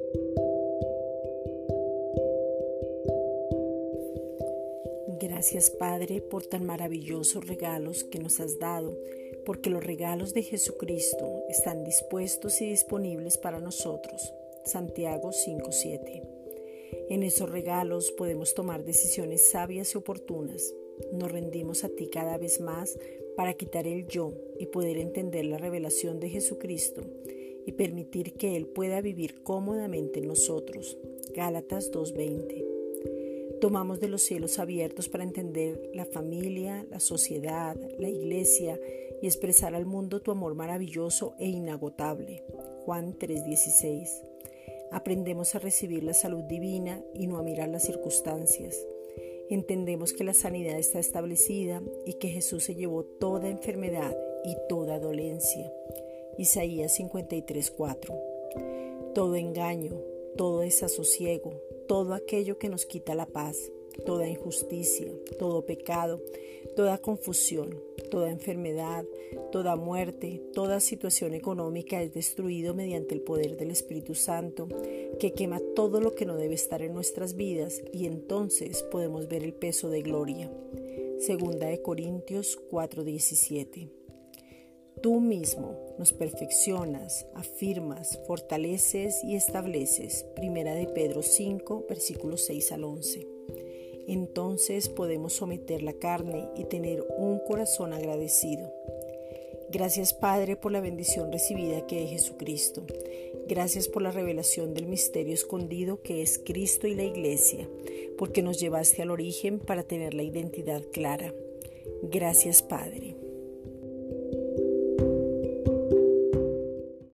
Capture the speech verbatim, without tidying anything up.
Gracias, Padre, por tan maravillosos regalos que nos has dado, porque los regalos de Jesucristo están dispuestos y disponibles para nosotros. Santiago cinco siete. En esos regalos podemos tomar decisiones sabias y oportunas. Nos rendimos a ti cada vez más para quitar el yo y poder entender la revelación de Jesucristo y permitir que Él pueda vivir cómodamente en nosotros. Gálatas dos veinte. Tomamos de los cielos abiertos para entender la familia, la sociedad, la iglesia y expresar al mundo tu amor maravilloso e inagotable. Juan tres dieciséis. Aprendemos a recibir la salud divina y no a mirar las circunstancias. Entendemos que la sanidad está establecida y que Jesús se llevó toda enfermedad y toda dolencia. Isaías cincuenta y tres cuatro. Todo engaño, todo desasosiego, todo aquello que nos quita la paz, toda injusticia, todo pecado, toda confusión, toda enfermedad, toda muerte, toda situación económica es destruido mediante el poder del Espíritu Santo, que quema todo lo que no debe estar en nuestras vidas y entonces podemos ver el peso de gloria. Segunda de Corintios cuatro diecisiete. Tú mismo nos perfeccionas, afirmas, fortaleces y estableces. Primera de Pedro cinco, versículos seis al once. Entonces podemos someter la carne y tener un corazón agradecido. Gracias, Padre, por la bendición recibida que es Jesucristo. Gracias por la revelación del misterio escondido que es Cristo y la Iglesia, porque nos llevaste al origen para tener la identidad clara. Gracias, Padre.